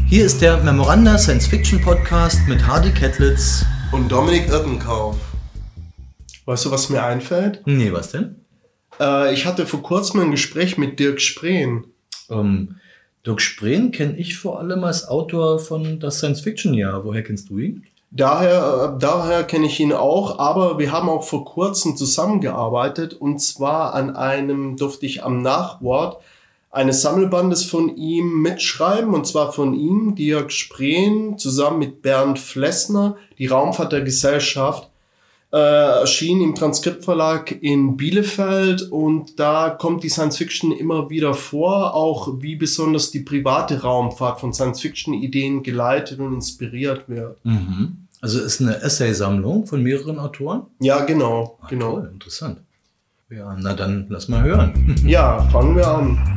Hier ist der Memoranda Science Fiction Podcast mit Hardy Kettlitz und Dominik Irkenkauf. Weißt du, was mir einfällt? Nee, was denn? Ich hatte vor kurzem ein Gespräch mit Dirk Spreen. Dirk Spreen kenne ich vor allem als Autor von das Science Fiction Jahr. Woher kennst du ihn? Daher kenne ich ihn auch, aber wir haben auch vor kurzem zusammengearbeitet und zwar an einem, durfte ich am Nachwort eines Sammelbandes von ihm mitschreiben, und zwar von ihm, Dirk Spreen, zusammen mit Bernd Flessner, die Raumfahrt der Gesellschaft, erschien im Transkriptverlag in Bielefeld, und da kommt die Science Fiction immer wieder vor, auch wie besonders die private Raumfahrt von Science Fiction Ideen geleitet und inspiriert wird. Mhm. Also ist eine Essaysammlung von mehreren Autoren? Ja, genau. Toll, interessant. Ja, na dann lass mal hören. Ja, fangen wir an.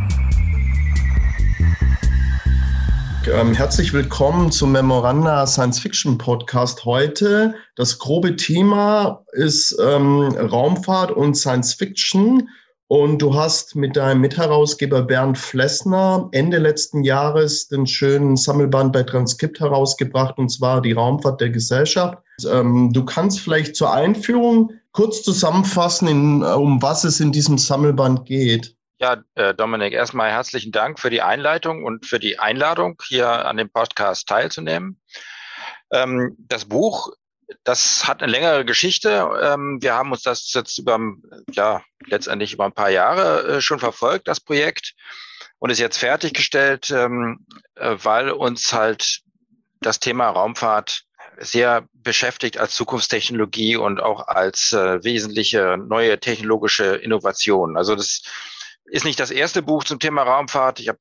Herzlich willkommen zum Memoranda Science Fiction Podcast heute. Das grobe Thema ist Raumfahrt und Science Fiction. Und du hast mit deinem Mitherausgeber Bernd Flessner Ende letzten Jahres den schönen Sammelband bei Transkript herausgebracht, und zwar die Raumfahrt der Gesellschaft. Du kannst vielleicht zur Einführung kurz zusammenfassen, um was es in diesem Sammelband geht. Ja, Dominik, erstmal herzlichen Dank für die Einleitung und für die Einladung, hier an dem Podcast teilzunehmen. Das Buch, das hat eine längere Geschichte. Wir haben uns das jetzt letztendlich über ein paar Jahre schon verfolgt, das Projekt, und ist jetzt fertiggestellt, weil uns halt das Thema Raumfahrt sehr beschäftigt als Zukunftstechnologie und auch als wesentliche neue technologische Innovation. Also das ist nicht das erste Buch zum Thema Raumfahrt. Ich habe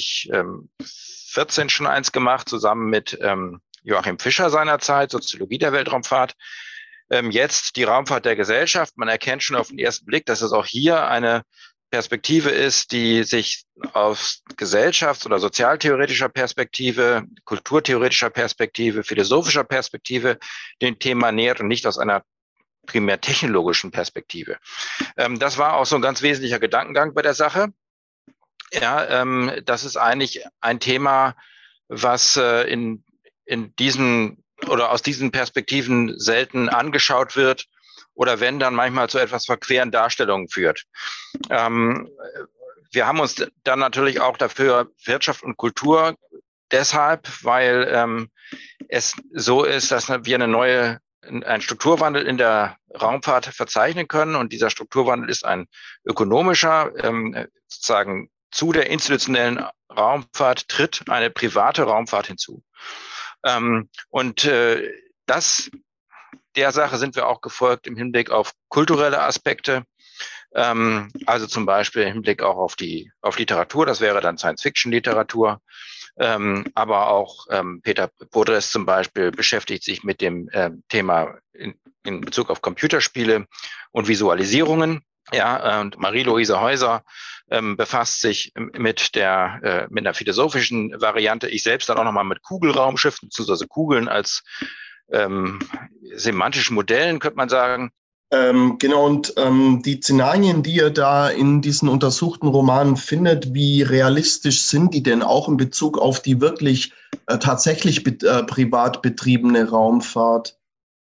2014 schon eins gemacht, zusammen mit Joachim Fischer seinerzeit, Soziologie der Weltraumfahrt. Jetzt die Raumfahrt der Gesellschaft. Man erkennt schon auf den ersten Blick, dass es auch hier eine Perspektive ist, die sich aus gesellschafts- oder sozialtheoretischer Perspektive, kulturtheoretischer Perspektive, philosophischer Perspektive dem Thema nähert und nicht aus einer primär technologischen Perspektive. Das war auch so ein ganz wesentlicher Gedankengang bei der Sache. Ja, das ist eigentlich ein Thema, was in diesen oder aus diesen Perspektiven selten angeschaut wird oder wenn dann manchmal zu etwas verqueren Darstellungen führt. Wir haben uns dann natürlich auch dafür Wirtschaft und Kultur deshalb, weil es so ist, dass wir einen Strukturwandel in der Raumfahrt verzeichnen können, und dieser Strukturwandel ist ein ökonomischer, sozusagen zu der institutionellen Raumfahrt tritt eine private Raumfahrt hinzu. Der Sache sind wir auch gefolgt im Hinblick auf kulturelle Aspekte, also zum Beispiel im Hinblick auch auf Literatur, das wäre dann Science-Fiction-Literatur. Aber auch Peter Podres zum Beispiel beschäftigt sich mit dem Thema in Bezug auf Computerspiele und Visualisierungen. Ja, und Marie-Louise Heuser befasst sich mit einer philosophischen Variante. Ich selbst dann auch nochmal mit Kugelraumschiffen, beziehungsweise Kugeln als semantischen Modellen, könnte man sagen. Genau, und die Szenarien, die ihr da in diesen untersuchten Romanen findet, wie realistisch sind die denn auch in Bezug auf die wirklich tatsächlich privat betriebene Raumfahrt?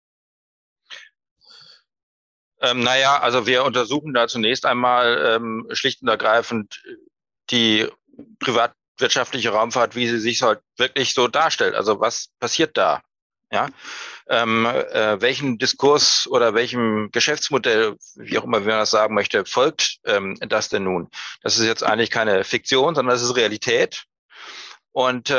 Also wir untersuchen da zunächst einmal schlicht und ergreifend die privatwirtschaftliche Raumfahrt, wie sie sich halt wirklich so darstellt. Also was passiert da? Ja, welchem Diskurs oder welchem Geschäftsmodell, wie auch immer, wie man das sagen möchte, folgt das denn nun? Das ist jetzt keine Fiktion, sondern das ist Realität. Und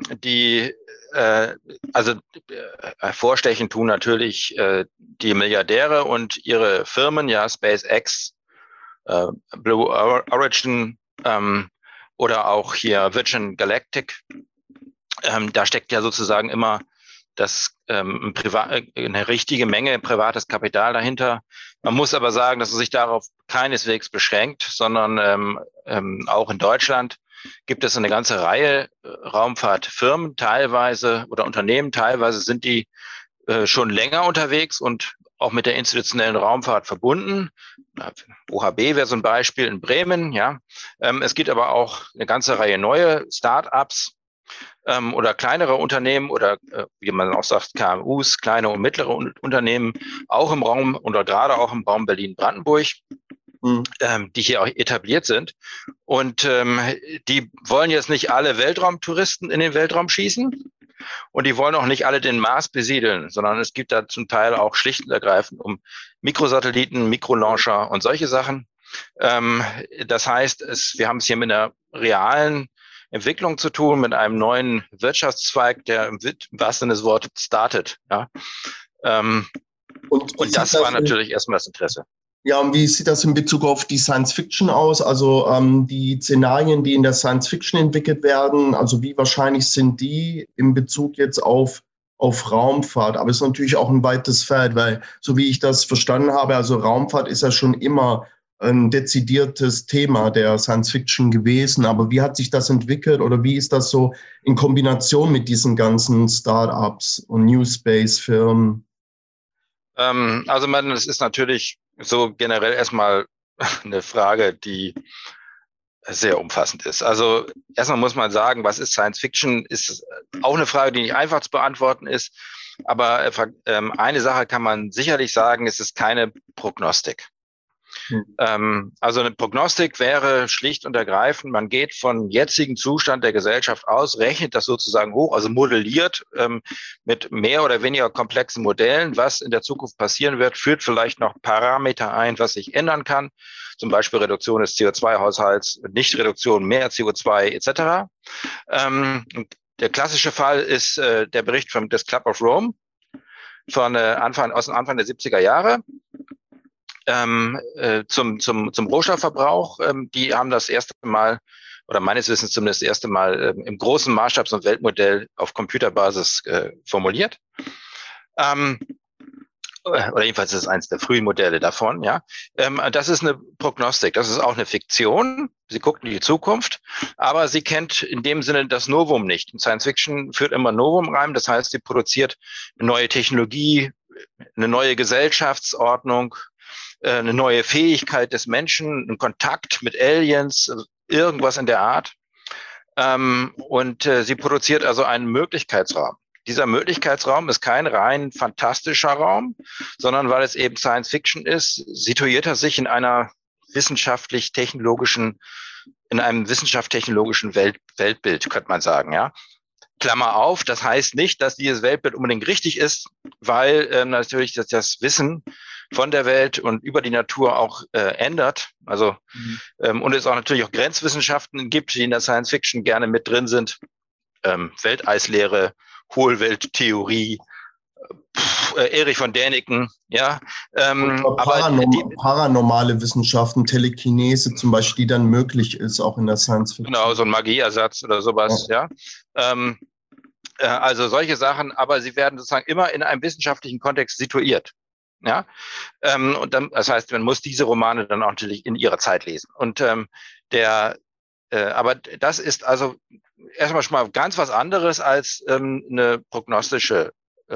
hervorstechen tun natürlich die Milliardäre und ihre Firmen, ja, SpaceX, Blue Origin oder auch hier Virgin Galactic. Da steckt ja sozusagen immer eine richtige Menge privates Kapital dahinter. Man muss aber sagen, dass es sich darauf keineswegs beschränkt, sondern auch in Deutschland gibt es eine ganze Reihe Raumfahrtfirmen teilweise oder Unternehmen, teilweise sind die schon länger unterwegs und auch mit der institutionellen Raumfahrt verbunden. OHB wäre so ein Beispiel in Bremen, ja. Es gibt aber auch eine ganze Reihe neue Start-ups, oder kleinere Unternehmen oder wie man auch sagt, KMUs, kleine und mittlere Unternehmen, auch im Raum oder gerade auch im Raum Berlin-Brandenburg, die hier auch etabliert sind. Und die wollen jetzt nicht alle Weltraumtouristen in den Weltraum schießen und die wollen auch nicht alle den Mars besiedeln, sondern es gibt da zum Teil auch schlicht und ergreifend um Mikrosatelliten, Mikrolauncher und solche Sachen. Das heißt, wir haben es hier mit einer realen Entwicklung zu tun, mit einem neuen Wirtschaftszweig, der im wahrsten Sinne des Wortes startet. Ja? Und das war natürlich erstmal das Interesse. Ja, und wie sieht das in Bezug auf die Science Fiction aus? Also die Szenarien, die in der Science Fiction entwickelt werden, also wie wahrscheinlich sind die in Bezug jetzt auf Raumfahrt? Aber es ist natürlich auch ein weites Feld, weil so wie ich das verstanden habe, also Raumfahrt ist ja schon immer ein dezidiertes Thema der Science Fiction gewesen. Aber wie hat sich das entwickelt oder wie ist das so in Kombination mit diesen ganzen Startups und New Space Firmen? Also es ist natürlich so generell erstmal eine Frage, die sehr umfassend ist. Also erstmal muss man sagen, was ist Science Fiction? Ist auch eine Frage, die nicht einfach zu beantworten ist. Aber eine Sache kann man sicherlich sagen, es ist keine Prognostik. Also eine Prognostik wäre schlicht und ergreifend, man geht von jetzigen Zustand der Gesellschaft aus, rechnet das sozusagen hoch, also modelliert mit mehr oder weniger komplexen Modellen, was in der Zukunft passieren wird, führt vielleicht noch Parameter ein, was sich ändern kann, zum Beispiel Reduktion des CO2-Haushalts, Nicht-Reduktion, mehr CO2 etc. Der klassische Fall ist der Bericht des Club of Rome aus dem Anfang der 70er Jahre. Zum Rohstoffverbrauch. Die haben das erste Mal, oder meines Wissens zumindest das erste Mal im großen Maßstabs- und Weltmodell auf Computerbasis formuliert. Oder jedenfalls ist es eines der frühen Modelle davon, ja. Das ist eine Prognostik, das ist auch eine Fiktion. Sie guckt in die Zukunft, aber sie kennt in dem Sinne das Novum nicht. Und Science Fiction führt immer Novum rein, das heißt, sie produziert eine neue Technologie, eine neue Gesellschaftsordnung, eine neue Fähigkeit des Menschen, einen Kontakt mit Aliens, irgendwas in der Art. Und sie produziert also einen Möglichkeitsraum. Dieser Möglichkeitsraum ist kein rein fantastischer Raum, sondern weil es eben Science Fiction ist, situiert er sich in einem wissenschaftlich-technologischen Weltbild, könnte man sagen, ja. Klammer auf, das heißt nicht, dass dieses Weltbild unbedingt richtig ist, weil natürlich das Wissen von der Welt und über die Natur auch ändert. Also und es auch natürlich auch Grenzwissenschaften gibt, die in der Science Fiction gerne mit drin sind. Welteislehre, Hohlwelttheorie, Erich von Däniken, ja. Paranormale Wissenschaften, Telekinese zum Beispiel, die dann möglich ist, auch in der Science Fiction. Genau, so ein Magieersatz oder sowas, ja. Also solche Sachen, aber sie werden sozusagen immer in einem wissenschaftlichen Kontext situiert. Ja, und dann, das heißt, man muss diese Romane dann auch natürlich in ihrer Zeit lesen. Und aber das ist also erstmal schon mal ganz was anderes als eine prognostische,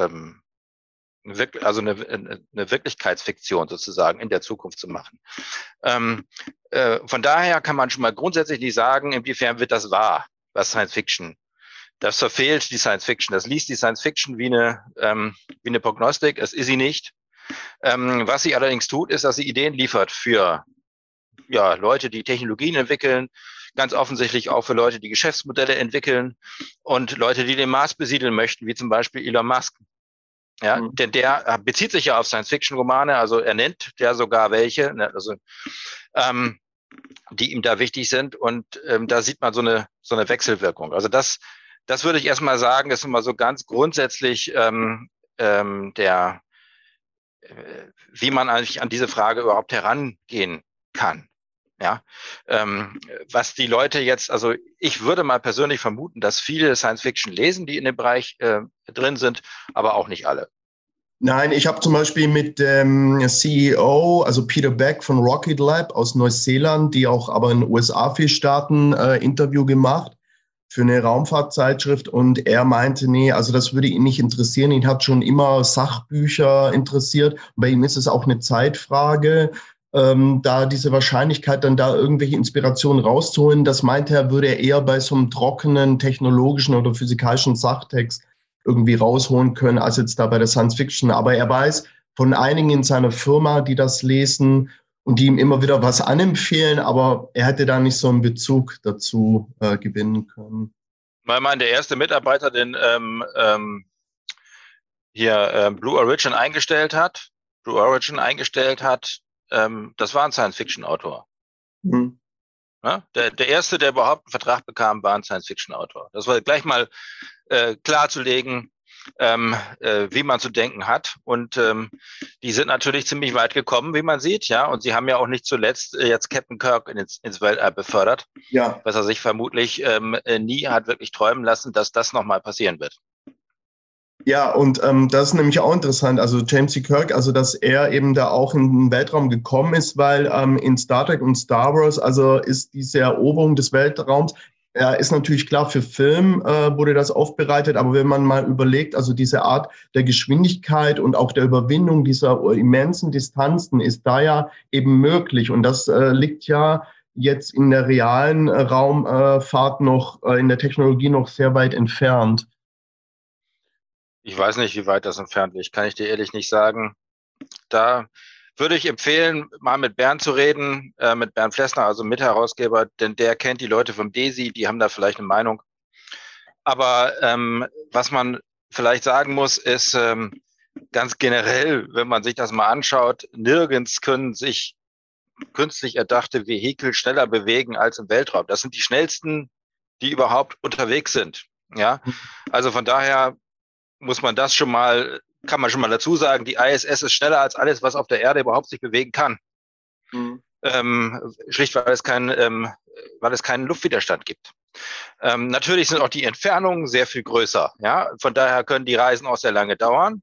also eine Wirklichkeitsfiktion sozusagen in der Zukunft zu machen. Von daher kann man schon mal grundsätzlich nicht sagen, inwiefern wird das wahr, was Science Fiction. Das verfehlt die Science Fiction. Das liest die Science Fiction wie eine Prognostik. Es ist sie nicht. Was sie allerdings tut, ist, dass sie Ideen liefert für Leute, die Technologien entwickeln, ganz offensichtlich auch für Leute, die Geschäftsmodelle entwickeln und Leute, die den Mars besiedeln möchten, wie zum Beispiel Elon Musk. Ja, denn der bezieht sich ja auf Science-Fiction-Romane, also er nennt ja sogar welche, ne, also die ihm da wichtig sind und da sieht man so eine Wechselwirkung. Also das würde ich erstmal sagen, das ist immer so ganz grundsätzlich wie man eigentlich an diese Frage überhaupt herangehen kann. Ja, was die Leute jetzt, also ich würde mal persönlich vermuten, dass viele Science Fiction lesen, die in dem Bereich drin sind, aber auch nicht alle. Nein, ich habe zum Beispiel mit dem CEO, also Peter Beck von Rocket Lab aus Neuseeland, die auch aber in den USA viel starten, Interview gemacht für eine Raumfahrtzeitschrift und er meinte, nee, also das würde ihn nicht interessieren. Ihn hat schon immer Sachbücher interessiert. Bei ihm ist es auch eine Zeitfrage. da diese Wahrscheinlichkeit, dann da irgendwelche Inspirationen rauszuholen, das meinte er, würde er eher bei so einem trockenen technologischen oder physikalischen Sachtext irgendwie rausholen können, als jetzt da bei der Science Fiction. Aber er weiß von einigen in seiner Firma, die das lesen und die ihm immer wieder was anempfehlen, aber er hätte da nicht so einen Bezug dazu gewinnen können. Weil der erste Mitarbeiter den Blue Origin eingestellt hat, das war ein Science-Fiction-Autor. Mhm. Ja, der erste, der überhaupt einen Vertrag bekam, war ein Science-Fiction-Autor. Das war gleich mal klarzulegen, wie man zu denken hat. Und die sind natürlich ziemlich weit gekommen, wie man sieht. Ja, und sie haben ja auch nicht zuletzt jetzt Captain Kirk ins Weltall befördert, ja, was er sich vermutlich nie hat wirklich träumen lassen, dass das nochmal passieren wird. Ja, und das ist nämlich auch interessant, also James C. Kirk, also dass er eben da auch in den Weltraum gekommen ist, weil in Star Trek und Star Wars, also ist diese Eroberung des Weltraums, ist natürlich klar, für Film wurde das aufbereitet, aber wenn man mal überlegt, also diese Art der Geschwindigkeit und auch der Überwindung dieser immensen Distanzen ist da ja eben möglich und das liegt ja jetzt in der realen Raumfahrt noch, in der Technologie noch sehr weit entfernt. Ich weiß nicht, wie weit das entfernt liegt, kann ich dir ehrlich nicht sagen. Da würde ich empfehlen, mal mit Bernd zu reden, mit Bernd Flessner, also Mitherausgeber, denn der kennt die Leute vom DESI, die haben da vielleicht eine Meinung. Aber was man vielleicht sagen muss, ist ganz generell, wenn man sich das mal anschaut, nirgends können sich künstlich erdachte Vehikel schneller bewegen als im Weltraum. Das sind die schnellsten, die überhaupt unterwegs sind. Ja, also von daher kann man schon mal dazu sagen, die ISS ist schneller als alles, was auf der Erde überhaupt sich bewegen kann. Mhm. Schlicht, weil es keinen Luftwiderstand gibt. Natürlich sind auch die Entfernungen sehr viel größer. Ja? Von daher können die Reisen auch sehr lange dauern.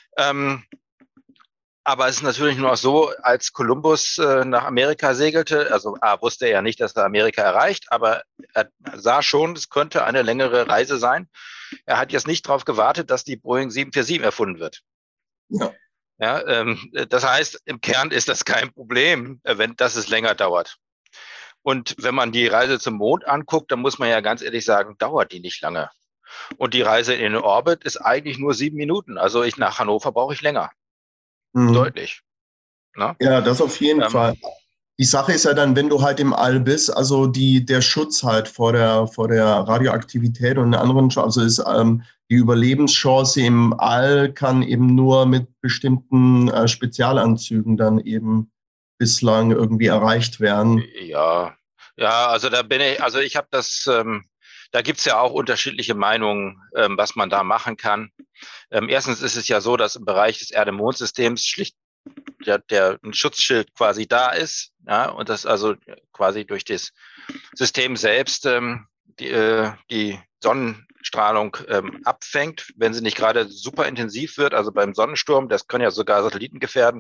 Aber es ist natürlich nur auch so, als Kolumbus nach Amerika segelte, also wusste er ja nicht, dass er Amerika erreicht, aber er sah schon, es könnte eine längere Reise sein. Er hat jetzt nicht darauf gewartet, dass die Boeing 747 erfunden wird. Ja. Ja, das heißt, im Kern ist das kein Problem, dass es länger dauert. Und wenn man die Reise zum Mond anguckt, dann muss man ja ganz ehrlich sagen, dauert die nicht lange. Und die Reise in den Orbit ist eigentlich nur 7 Minuten. Also nach Hannover brauche ich länger. Mhm. Deutlich. Na? Ja, das auf jeden Fall. Die Sache ist ja dann, wenn du halt im All bist, also der Schutz halt vor der Radioaktivität und anderen, also ist die Überlebenschance im All kann eben nur mit bestimmten Spezialanzügen dann eben bislang irgendwie erreicht werden. Ja, also ich habe das, da gibt's ja auch unterschiedliche Meinungen, was man da machen kann. Erstens ist es ja so, dass im Bereich des Erde-Mond-Systems schlicht ein Schutzschild quasi da ist, ja, und das also quasi durch das System selbst die Sonnenstrahlung abfängt, wenn sie nicht gerade super intensiv wird, also beim Sonnensturm, das können ja sogar Satelliten gefährden.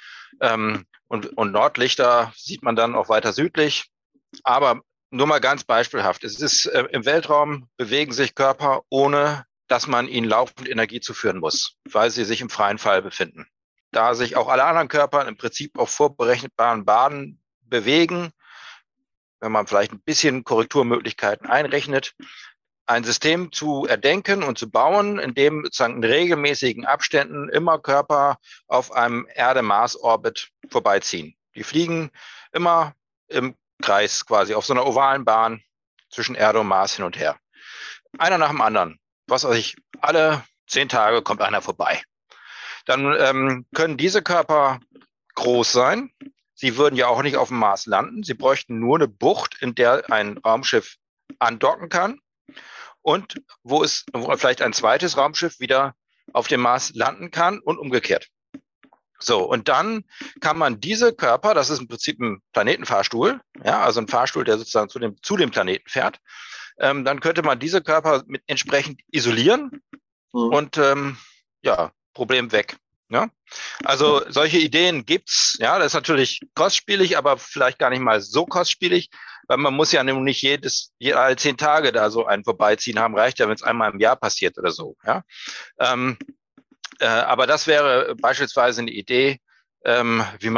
Und Nordlichter sieht man dann auch weiter südlich. Aber nur mal ganz beispielhaft, es ist im Weltraum bewegen sich Körper, ohne dass man ihnen laufend Energie zuführen muss, weil sie sich im freien Fall befinden. Da sich auch alle anderen Körper im Prinzip auf vorberechenbaren Bahnen bewegen, wenn man vielleicht ein bisschen Korrekturmöglichkeiten einrechnet, ein System zu erdenken und zu bauen, in dem sozusagen in regelmäßigen Abständen immer Körper auf einem Erde-Mars-Orbit vorbeiziehen. Die fliegen immer im Kreis quasi, auf so einer ovalen Bahn zwischen Erde und Mars hin und her. Einer nach dem anderen. Was weiß ich, alle 10 Tage kommt einer vorbei. Dann können diese Körper groß sein. Sie würden ja auch nicht auf dem Mars landen. Sie bräuchten nur eine Bucht, in der ein Raumschiff andocken kann und wo vielleicht ein zweites Raumschiff wieder auf dem Mars landen kann und umgekehrt. So, und dann kann man diese Körper, das ist im Prinzip ein Planetenfahrstuhl, ja, also ein Fahrstuhl, der sozusagen zu dem Planeten fährt, dann könnte man diese Körper mit entsprechend isolieren und Problem weg. Ja? Also solche Ideen gibt's. Ja, das ist natürlich kostspielig, aber vielleicht gar nicht mal so kostspielig, weil man muss ja nicht alle 10 Tage da so ein Vorbeiziehen haben. Reicht ja, wenn es einmal im Jahr passiert oder so. Ja? Aber das wäre beispielsweise eine Idee, wie man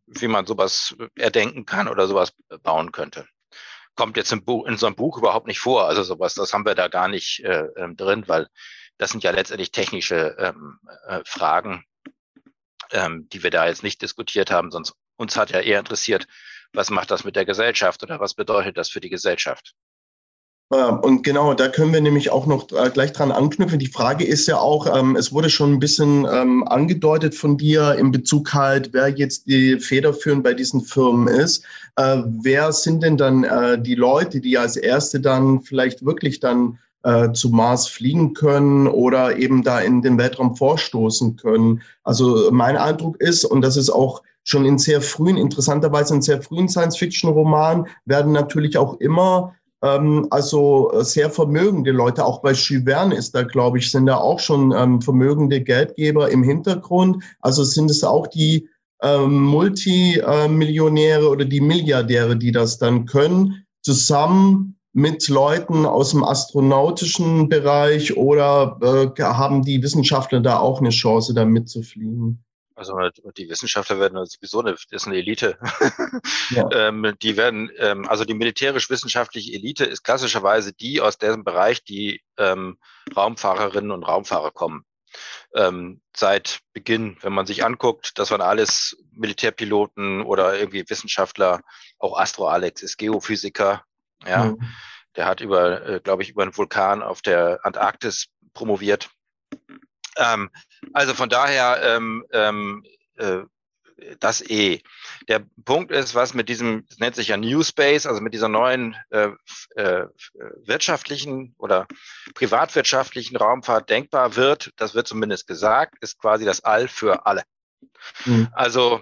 wie man sowas erdenken kann oder sowas bauen könnte. Kommt jetzt in so einem Buch überhaupt nicht vor. Also sowas, das haben wir da gar nicht drin, weil das sind ja letztendlich technische Fragen, die wir da jetzt nicht diskutiert haben. Sonst uns hat ja eher interessiert, was macht das mit der Gesellschaft oder was bedeutet das für die Gesellschaft? Und genau, da können wir nämlich auch noch gleich dran anknüpfen. Die Frage ist ja auch, es wurde schon ein bisschen angedeutet von dir in Bezug halt, wer jetzt die federführend bei diesen Firmen ist. Wer sind denn dann die Leute, die als Erste dann vielleicht wirklich dann zu Mars fliegen können oder eben da in den Weltraum vorstoßen können? Also mein Eindruck ist, und das ist auch schon interessanterweise in sehr frühen Science-Fiction-Romanen, werden natürlich auch immer also sehr vermögende Leute, auch bei Jules Verne ist da, glaube ich, sind da auch schon vermögende Geldgeber im Hintergrund. Also sind es auch die Multimillionäre oder die Milliardäre, die das dann können, zusammen mit Leuten aus dem astronautischen Bereich oder haben die Wissenschaftler da auch eine Chance, da mitzufliegen? Also die Wissenschaftler werden sowieso das ist eine Elite. Ja. Die werden, also die militärisch-wissenschaftliche Elite ist klassischerweise die aus diesem Bereich, die Raumfahrerinnen und Raumfahrer kommen. Seit Beginn, wenn man sich anguckt, das waren alles Militärpiloten oder irgendwie Wissenschaftler. Auch Astro Alex ist Geophysiker. Ja, der hat glaube ich, über einen Vulkan auf der Antarktis promoviert. Also von daher das Der Punkt ist, was mit diesem, das nennt sich ja New Space, also mit dieser neuen wirtschaftlichen oder privatwirtschaftlichen Raumfahrt denkbar wird, das wird zumindest gesagt, ist quasi das All für alle. Also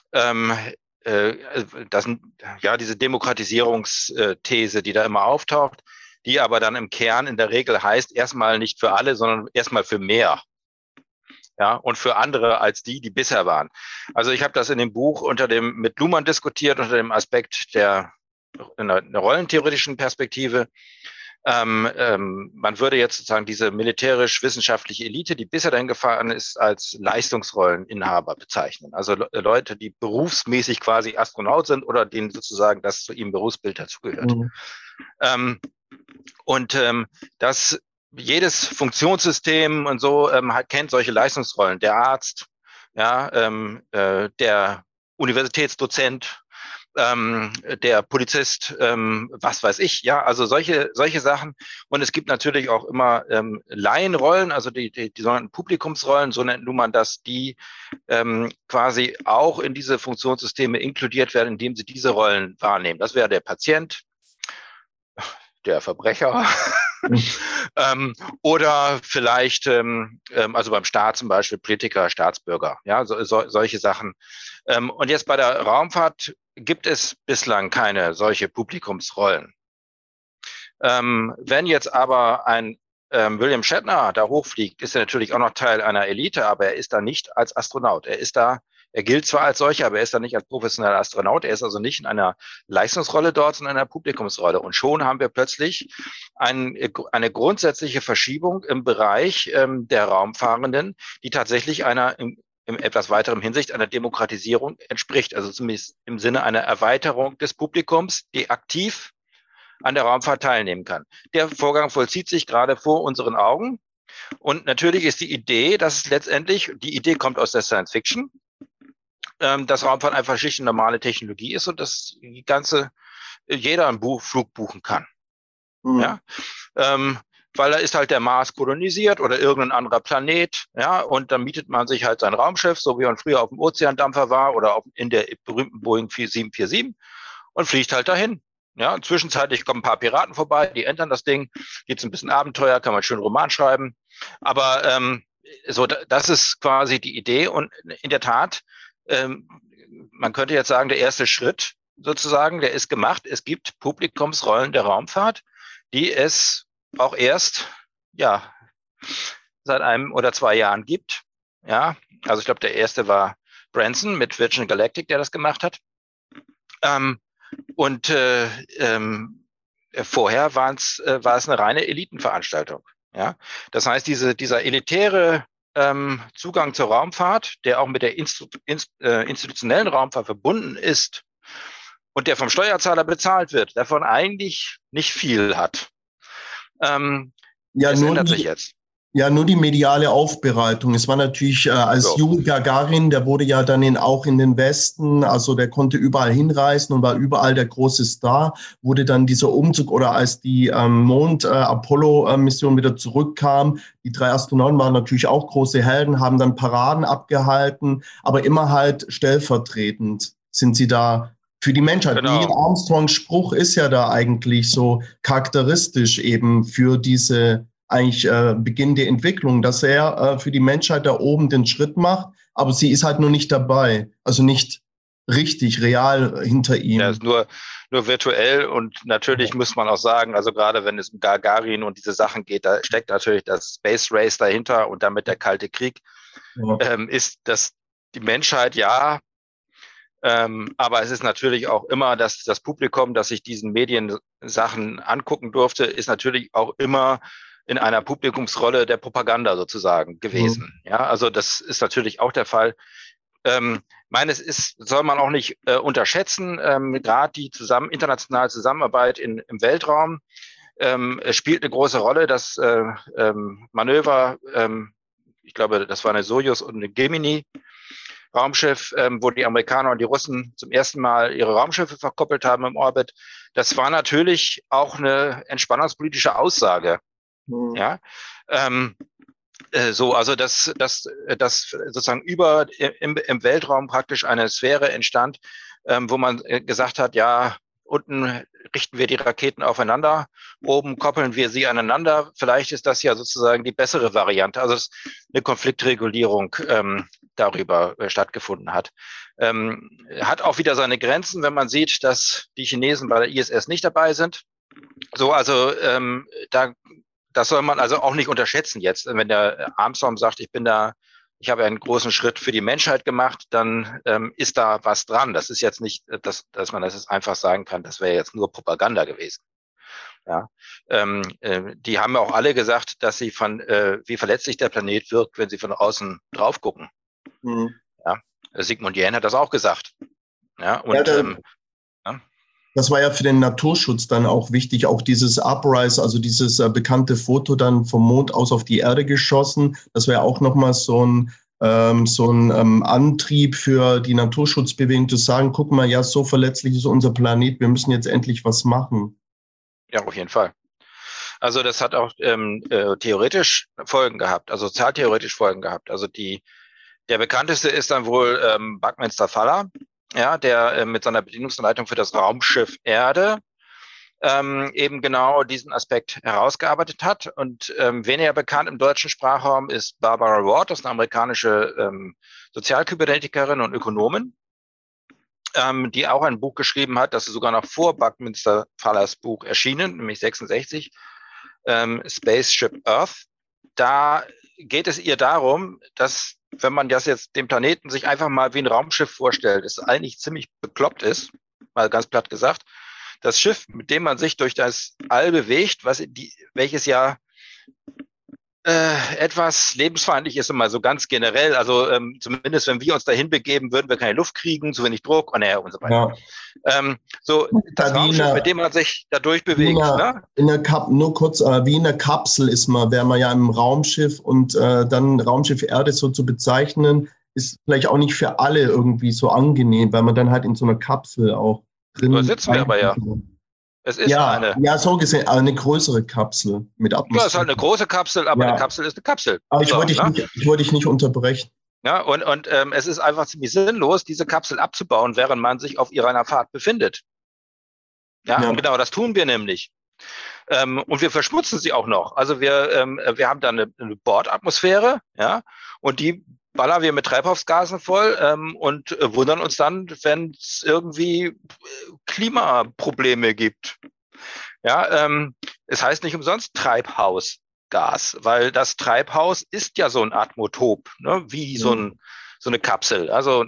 diese Demokratisierungsthese, die da immer auftaucht, die aber dann im Kern in der Regel heißt, erstmal nicht für alle, sondern erstmal für mehr. Ja, und für andere als die bisher waren. Also ich habe das in dem Buch mit Luhmann diskutiert, unter dem Aspekt der rollentheoretischen Perspektive. Man würde jetzt sozusagen diese militärisch-wissenschaftliche Elite, die bisher dahin gefahren ist, als Leistungsrolleninhaber bezeichnen. Also Leute, die berufsmäßig quasi Astronaut sind oder denen sozusagen das zu ihrem Berufsbild dazugehört. Das jedes Funktionssystem und so kennt solche Leistungsrollen. Der Arzt, ja, der Universitätsdozent, der Polizist, was weiß ich, ja, also solche Sachen. Und es gibt natürlich auch immer Laienrollen, also die sogenannten Publikumsrollen, so nennt man das, die quasi auch in diese Funktionssysteme inkludiert werden, indem sie diese Rollen wahrnehmen. Das wäre der Patient, der Verbrecher, oder vielleicht, also beim Staat zum Beispiel Politiker, Staatsbürger, ja, solche Sachen. Und jetzt bei der Raumfahrt gibt es bislang keine solche Publikumsrollen. Wenn jetzt aber ein William Shatner da hochfliegt, ist er natürlich auch noch Teil einer Elite, aber er ist da nicht als Astronaut. Er gilt zwar als solcher, aber er ist da nicht als professioneller Astronaut. Er ist also nicht in einer Leistungsrolle dort, sondern in einer Publikumsrolle. Und schon haben wir plötzlich eine grundsätzliche Verschiebung im Bereich der Raumfahrenden, die tatsächlich im etwas weiteren Hinsicht einer Demokratisierung entspricht. Also zumindest im Sinne einer Erweiterung des Publikums, die aktiv an der Raumfahrt teilnehmen kann. Der Vorgang vollzieht sich gerade vor unseren Augen. Und natürlich ist die Idee, die Idee kommt aus der Science Fiction, dass Raumfahrt einfach schlicht eine normale Technologie ist und dass jeder einen Flug buchen kann. Ja? Weil da ist halt der Mars kolonisiert oder irgendein anderer Planet, ja, und dann mietet man sich halt sein Raumschiff, so wie man früher auf dem Ozeandampfer war oder in der berühmten Boeing 747 und fliegt halt dahin. Ja, zwischenzeitlich kommen ein paar Piraten vorbei, die entern das Ding, gibt's ein bisschen Abenteuer, kann man schön Roman schreiben, aber das ist quasi die Idee und in der Tat, man könnte jetzt sagen, der erste Schritt sozusagen, der ist gemacht. Es gibt Publikumsrollen der Raumfahrt, die es auch erst, ja, seit 1 oder 2 Jahren gibt. Ja, also ich glaube, der erste war Branson mit Virgin Galactic, der das gemacht hat. Vorher war es eine reine Elitenveranstaltung. Ja, das heißt, dieser elitäre Zugang zur Raumfahrt, der auch mit der institutionellen Raumfahrt verbunden ist und der vom Steuerzahler bezahlt wird, davon eigentlich nicht viel hat. Das ändert sich jetzt. Ja, nur die mediale Aufbereitung. Es war natürlich als Juri Gagarin, der wurde ja dann auch in den Westen, also der konnte überall hinreisen und war überall der große Star, wurde dann dieser Umzug oder als die Mond-Apollo-Mission wieder zurückkam, die 3 Astronauten waren natürlich auch große Helden, haben dann Paraden abgehalten, aber immer halt stellvertretend sind sie da für die Menschheit. Genau. Neil Armstrongs Spruch ist ja da eigentlich so charakteristisch eben für diese eigentlich Beginn der Entwicklung, dass er für die Menschheit da oben den Schritt macht, aber sie ist halt nur nicht dabei, also nicht richtig, real hinter ihm. Ja, ist nur virtuell und natürlich muss man auch sagen, also gerade wenn es um Gagarin und diese Sachen geht, da steckt natürlich das Space Race dahinter und damit der Kalte Krieg, ist das die Menschheit, aber es ist natürlich auch immer, dass das Publikum, das sich diesen Mediensachen angucken durfte, ist natürlich auch immer in einer Publikumsrolle der Propaganda sozusagen gewesen. Ja, also das ist natürlich auch der Fall. Soll man auch nicht unterschätzen, gerade die internationale Zusammenarbeit im Weltraum spielt eine große Rolle. Das Manöver, ich glaube, das war eine Sojus und eine Gemini Raumschiff, wo die Amerikaner und die Russen zum ersten Mal ihre Raumschiffe verkoppelt haben im Orbit. Das war natürlich auch eine entspannungspolitische Aussage. Ja, also dass sozusagen im Weltraum praktisch eine Sphäre entstand, wo man gesagt hat, ja, unten richten wir die Raketen aufeinander, oben koppeln wir sie aneinander. Vielleicht ist das ja sozusagen die bessere Variante. Also dass eine Konfliktregulierung darüber stattgefunden hat. Hat auch wieder seine Grenzen, wenn man sieht, dass die Chinesen bei der ISS nicht dabei sind. So, also das soll man also auch nicht unterschätzen jetzt. Wenn der Armstrong sagt, ich habe einen großen Schritt für die Menschheit gemacht, dann ist da was dran. Das ist jetzt nicht, dass man das jetzt einfach sagen kann, das wäre jetzt nur Propaganda gewesen. Ja, die haben ja auch alle gesagt, dass sie wie verletzlich der Planet wirkt, wenn sie von außen drauf gucken. Ja, Sigmund Jähn hat das auch gesagt. Ja, und das war ja für den Naturschutz dann auch wichtig, auch dieses Uprise, also dieses bekannte Foto dann vom Mond aus auf die Erde geschossen. Das wäre auch nochmal so ein Antrieb für die Naturschutzbewegung zu sagen, guck mal, ja, so verletzlich ist unser Planet, wir müssen jetzt endlich was machen. Ja, auf jeden Fall. Also das hat auch theoretisch Folgen gehabt, also sozialtheoretisch Folgen gehabt. Also der bekannteste ist dann wohl Buckminster Fuller, ja, der mit seiner Bedienungsanleitung für das Raumschiff Erde eben genau diesen Aspekt herausgearbeitet hat. Und weniger bekannt im deutschen Sprachraum ist Barbara Ward, das ist eine amerikanische Sozialkybernetikerin und Ökonomin, die auch ein Buch geschrieben hat, das ist sogar noch vor Buckminster Fullers Buch erschienen, nämlich 66, Spaceship Earth. Da geht es ihr darum, dass, wenn man das jetzt dem Planeten sich einfach mal wie ein Raumschiff vorstellt, es eigentlich ziemlich bekloppt ist, mal ganz platt gesagt, das Schiff, mit dem man sich durch das All bewegt, welches ja etwas lebensfeindlich ist, immer so ganz generell. Also zumindest, wenn wir uns dahin begeben, würden wir keine Luft kriegen, zu wenig Druck und so weiter. Ja. So das Raumschiff, mit dem man sich da durchbewegt. Nur kurz, wie in der Kapsel wäre man ja im Raumschiff und dann Raumschiff Erde so zu bezeichnen, ist vielleicht auch nicht für alle irgendwie so angenehm, weil man dann halt in so einer Kapsel auch drin ist. Da sitzen wir aber ja. Es ist ja, so gesehen, eine größere Kapsel mit Atmosphäre. Ja, es ist halt eine große Kapsel, aber eine Kapsel ist eine Kapsel. Aber ich wollte dich nicht unterbrechen. Ja, und es ist einfach ziemlich sinnlos, diese Kapsel abzubauen, während man sich auf ihrer Fahrt befindet. Ja, genau, das tun wir nämlich. Und wir verschmutzen sie auch noch. Also wir haben da eine Bordatmosphäre, ja, und die ballern wir mit Treibhausgasen voll und wundern uns dann, wenn es irgendwie Klimaprobleme gibt. Ja, es heißt nicht umsonst Treibhausgas, weil das Treibhaus ist ja so ein Atmotop, ne, wie so eine Kapsel. Also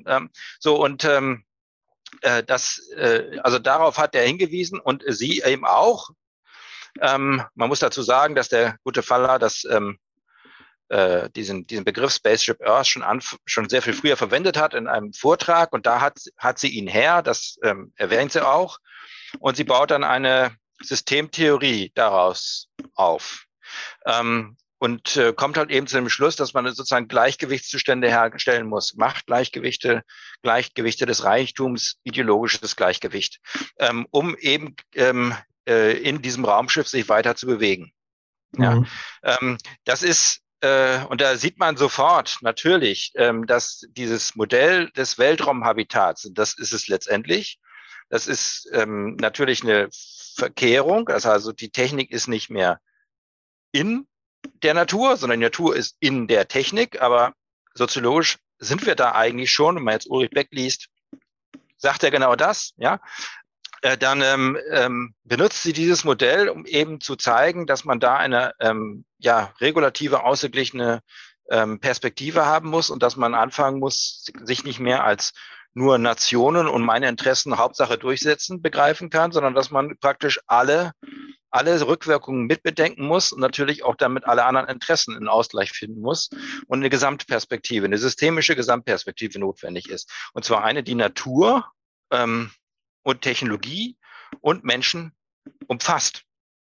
also darauf hat er hingewiesen und sie eben auch. Man muss dazu sagen, dass der gute Faller das diesen Begriff Spaceship Earth schon sehr viel früher verwendet hat in einem Vortrag. Und da hat sie ihn her, das erwähnt sie auch. Und sie baut dann eine Systemtheorie daraus auf. Und kommt halt eben zu dem Schluss, dass man sozusagen Gleichgewichtszustände herstellen muss, Machtgleichgewichte, Gleichgewichte des Reichtums, ideologisches Gleichgewicht, um eben in diesem Raumschiff sich weiter zu bewegen. Ja, das ist, und da sieht man sofort natürlich, dass dieses Modell des Weltraumhabitats, das ist es letztendlich, das ist natürlich eine Verkehrung, also die Technik ist nicht mehr in der Natur, sondern die Natur ist in der Technik, aber soziologisch sind wir da eigentlich schon, wenn man jetzt Ulrich Beck liest, sagt er genau das, ja. Dann benutzt sie dieses Modell, um eben zu zeigen, dass man da eine regulative, ausgeglichene Perspektive haben muss und dass man anfangen muss, sich nicht mehr als nur Nationen und meine Interessen Hauptsache durchsetzen begreifen kann, sondern dass man praktisch alle Rückwirkungen mitbedenken muss und natürlich auch damit alle anderen Interessen in Ausgleich finden muss und eine Gesamtperspektive, eine systemische Gesamtperspektive notwendig ist. Und zwar eine, die Natur und Technologie und Menschen umfasst.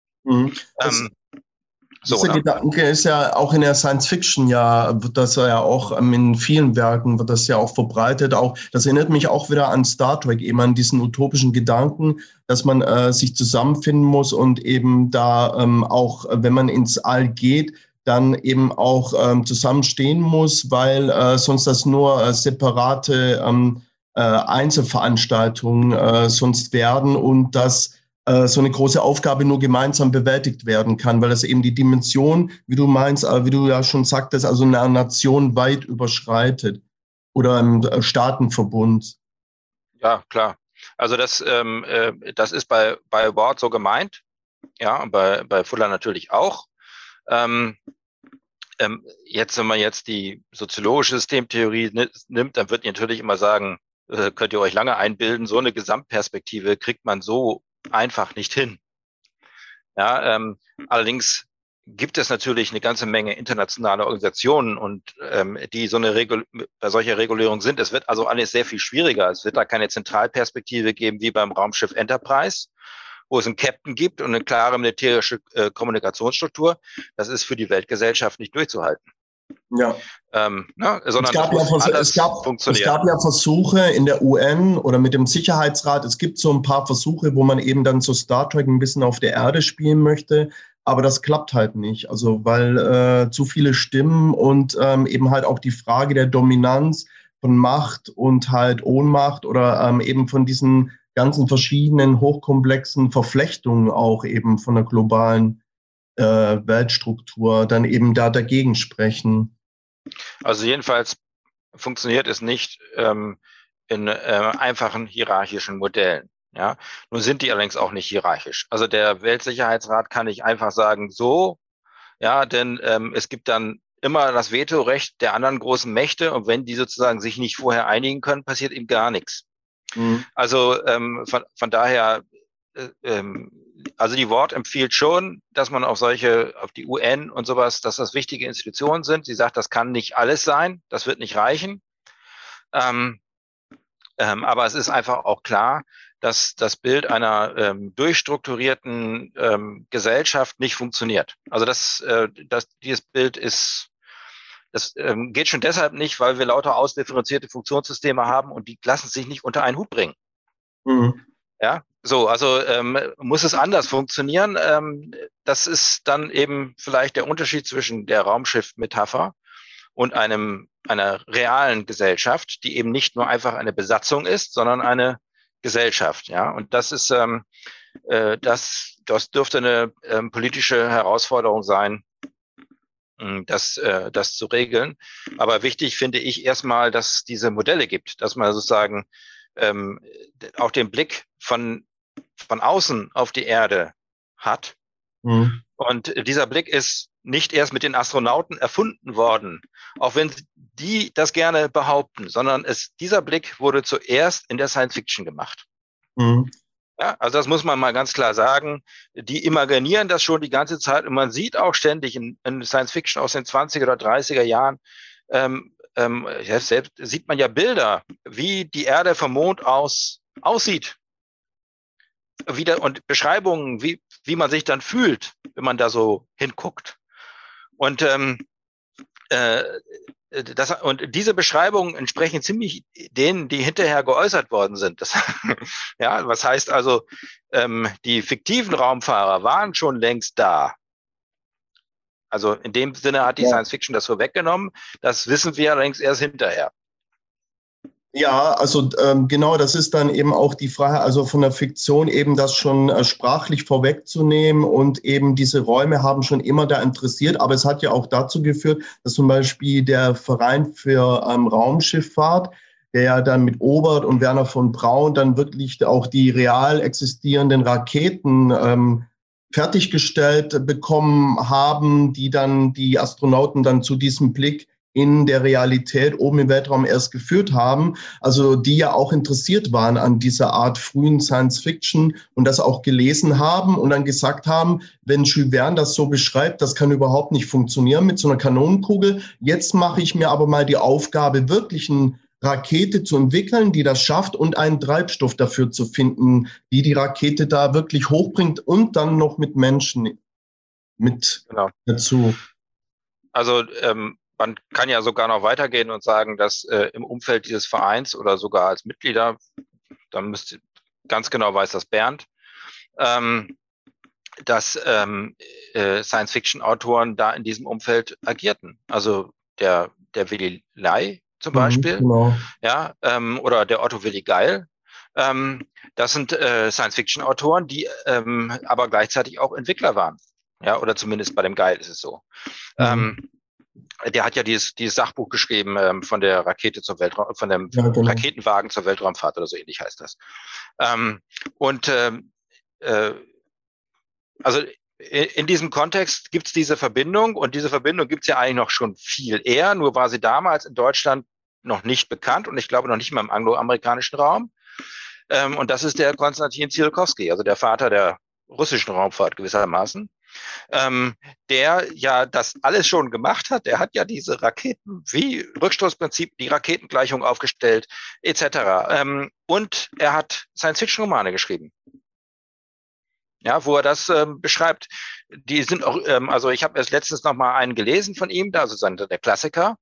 Dieser Gedanke ist ja auch in der Science Fiction wird das ja auch in vielen Werken wird das ja auch verbreitet. Auch das erinnert mich auch wieder an Star Trek, eben an diesen utopischen Gedanken, dass man sich zusammenfinden muss und eben da auch, wenn man ins All geht, dann eben auch zusammenstehen muss, weil sonst das nur separate Einzelveranstaltungen sonst werden und dass so eine große Aufgabe nur gemeinsam bewältigt werden kann, weil das eben die Dimension, wie du meinst, wie du ja schon sagtest, also eine Nation weit überschreitet oder im Staatenverbund. Ja, klar. Also das ist bei Ward so gemeint, ja, und bei Fuller natürlich auch. Jetzt, wenn man jetzt die soziologische Systemtheorie nimmt, dann wird ihr natürlich immer sagen, könnt ihr euch lange einbilden, so eine Gesamtperspektive kriegt man so einfach nicht hin. Ja, allerdings gibt es natürlich eine ganze Menge internationale Organisationen und die bei solcher Regulierung sind. Es wird also alles sehr viel schwieriger. Es wird da keine Zentralperspektive geben wie beim Raumschiff Enterprise, wo es einen Captain gibt und eine klare militärische Kommunikationsstruktur. Das ist für die Weltgesellschaft nicht durchzuhalten. Ja. Sondern es gab ja Versuche in der UN oder mit dem Sicherheitsrat. Es gibt so ein paar Versuche, wo man eben dann so Star Trek ein bisschen auf der Erde spielen möchte. Aber das klappt halt nicht. Also weil zu viele Stimmen und eben halt auch die Frage der Dominanz von Macht und halt Ohnmacht oder eben von diesen ganzen verschiedenen hochkomplexen Verflechtungen auch eben von der globalen Weltstruktur dann eben da dagegen sprechen. Also jedenfalls funktioniert es nicht in einfachen hierarchischen Modellen. Ja, nun sind die allerdings auch nicht hierarchisch. Also der Weltsicherheitsrat kann nicht einfach sagen, so, ja, denn es gibt dann immer das Vetorecht der anderen großen Mächte und wenn die sozusagen sich nicht vorher einigen können, passiert eben gar nichts. Mhm. Also von daher, also die Ward empfiehlt schon, dass man auf die UN und sowas, dass das wichtige Institutionen sind. Sie sagt, das kann nicht alles sein, das wird nicht reichen. Aber es ist einfach auch klar, dass das Bild einer durchstrukturierten Gesellschaft nicht funktioniert. Also dieses Bild geht schon deshalb nicht, weil wir lauter ausdifferenzierte Funktionssysteme haben und die lassen sich nicht unter einen Hut bringen. Mhm. Ja, so, also muss es anders funktionieren. Das ist dann eben vielleicht der Unterschied zwischen der Raumschiff-Metapher und einer realen Gesellschaft, die eben nicht nur einfach eine Besatzung ist, sondern eine Gesellschaft. Ja, und das ist das dürfte eine politische Herausforderung sein, das zu regeln. Aber wichtig finde ich erstmal, dass es diese Modelle gibt, dass man sozusagen auch den Blick von außen auf die Erde hat. Mhm. Und dieser Blick ist nicht erst mit den Astronauten erfunden worden, auch wenn die das gerne behaupten, sondern dieser Blick wurde zuerst in der Science Fiction gemacht. Mhm. Ja, also das muss man mal ganz klar sagen. Die imaginieren das schon die ganze Zeit und man sieht auch ständig in Science Fiction aus den 20er oder 30er Jahren, selbst sieht man ja Bilder, wie die Erde vom Mond aus aussieht. Und Beschreibungen, wie man sich dann fühlt, wenn man da so hinguckt. Und und diese Beschreibungen entsprechen ziemlich denen, die hinterher geäußert worden sind. Ja, was heißt also, die fiktiven Raumfahrer waren schon längst da. Also in dem Sinne hat die Science Fiction das vorweggenommen. Das wissen wir allerdings erst hinterher. Ja, also genau, das ist dann eben auch die Frage, also von der Fiktion eben das schon sprachlich vorwegzunehmen und eben diese Räume haben schon immer da interessiert, aber es hat ja auch dazu geführt, dass zum Beispiel der Verein für Raumschifffahrt, der ja dann mit Obert und Werner von Braun dann wirklich auch die real existierenden Raketen fertiggestellt bekommen haben, die dann die Astronauten dann zu diesem Blick in der Realität oben im Weltraum erst geführt haben, also die ja auch interessiert waren an dieser Art frühen Science-Fiction und das auch gelesen haben und dann gesagt haben, wenn Jules Verne das so beschreibt, das kann überhaupt nicht funktionieren mit so einer Kanonenkugel. Jetzt mache ich mir aber mal die Aufgabe, wirklich eine Rakete zu entwickeln, die das schafft und einen Treibstoff dafür zu finden, die Rakete da wirklich hochbringt und dann noch mit Menschen mit dazu. Also man kann ja sogar noch weitergehen und sagen, dass im Umfeld dieses Vereins oder sogar als Mitglieder, dann ganz genau weiß das Bernd, dass Science-Fiction-Autoren da in diesem Umfeld agierten. Also der Willy Lai zum Beispiel, genau. Ja, oder der Otto Willi Geil. Das sind Science-Fiction-Autoren, die aber gleichzeitig auch Entwickler waren. Ja, oder zumindest bei dem Geil ist es so. Der hat ja dieses Sachbuch geschrieben von der Rakete zum Weltraum, von dem Raketenwagen zur Weltraumfahrt oder so ähnlich heißt das. Also in diesem Kontext gibt es diese Verbindung und diese Verbindung gibt es ja eigentlich noch schon viel eher, nur war sie damals in Deutschland noch nicht bekannt und ich glaube noch nicht mal im angloamerikanischen Raum. Und das ist der Konstantin Tsiolkovsky, also der Vater der russischen Raumfahrt gewissermaßen. Der ja das alles schon gemacht hat. Der hat ja diese Raketen wie Rückstoßprinzip, die Raketengleichung aufgestellt, etc. Und er hat Science-Fiction-Romane geschrieben. Ja, wo er das beschreibt. Die sind auch, also ich habe erst letztens noch mal einen gelesen von ihm, also der Klassiker.